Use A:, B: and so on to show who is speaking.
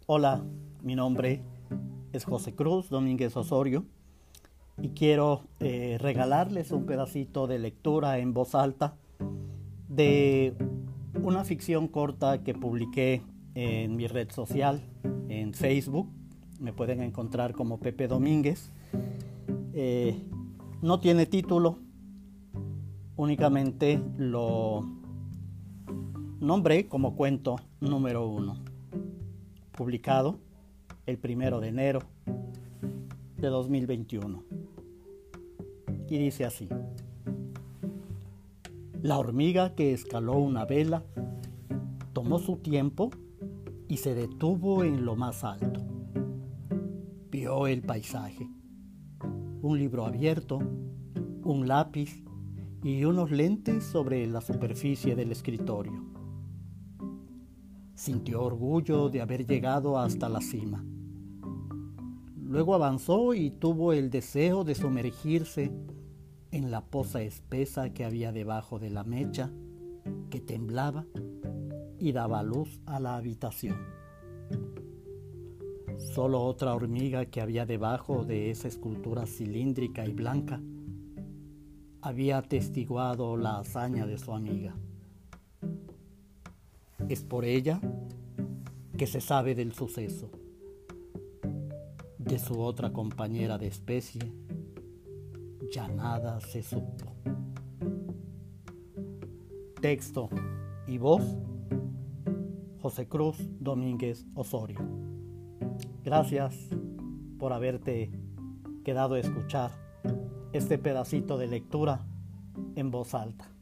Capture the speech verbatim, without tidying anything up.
A: Hola, mi nombre es José Cruz Domínguez Osorio y quiero eh, regalarles un pedacito de lectura en voz alta de una ficción corta que publiqué en mi red social, en Facebook. Me pueden encontrar como Pepe Domínguez. Eh, no tiene título, únicamente lo nombré como cuento número uno, publicado el primero de enero de dos mil veintiuno. Y dice así: La hormiga que escaló una vela tomó su tiempo y se detuvo en lo más alto. Vio el paisaje, un libro abierto, un lápiz y unos lentes sobre la superficie del escritorio. Sintió orgullo de haber llegado hasta la cima. Luego avanzó y tuvo el deseo de sumergirse en la poza espesa que había debajo de la mecha, que temblaba y daba luz a la habitación. Solo otra hormiga que había debajo de esa escultura cilíndrica y blanca había atestiguado la hazaña de su amiga. Es por ella que se sabe del suceso. De su otra compañera de especie ya nada se supo. Texto y voz: José Cruz Domínguez Osorio. Gracias por haberte quedado a escuchar este pedacito de lectura en voz alta.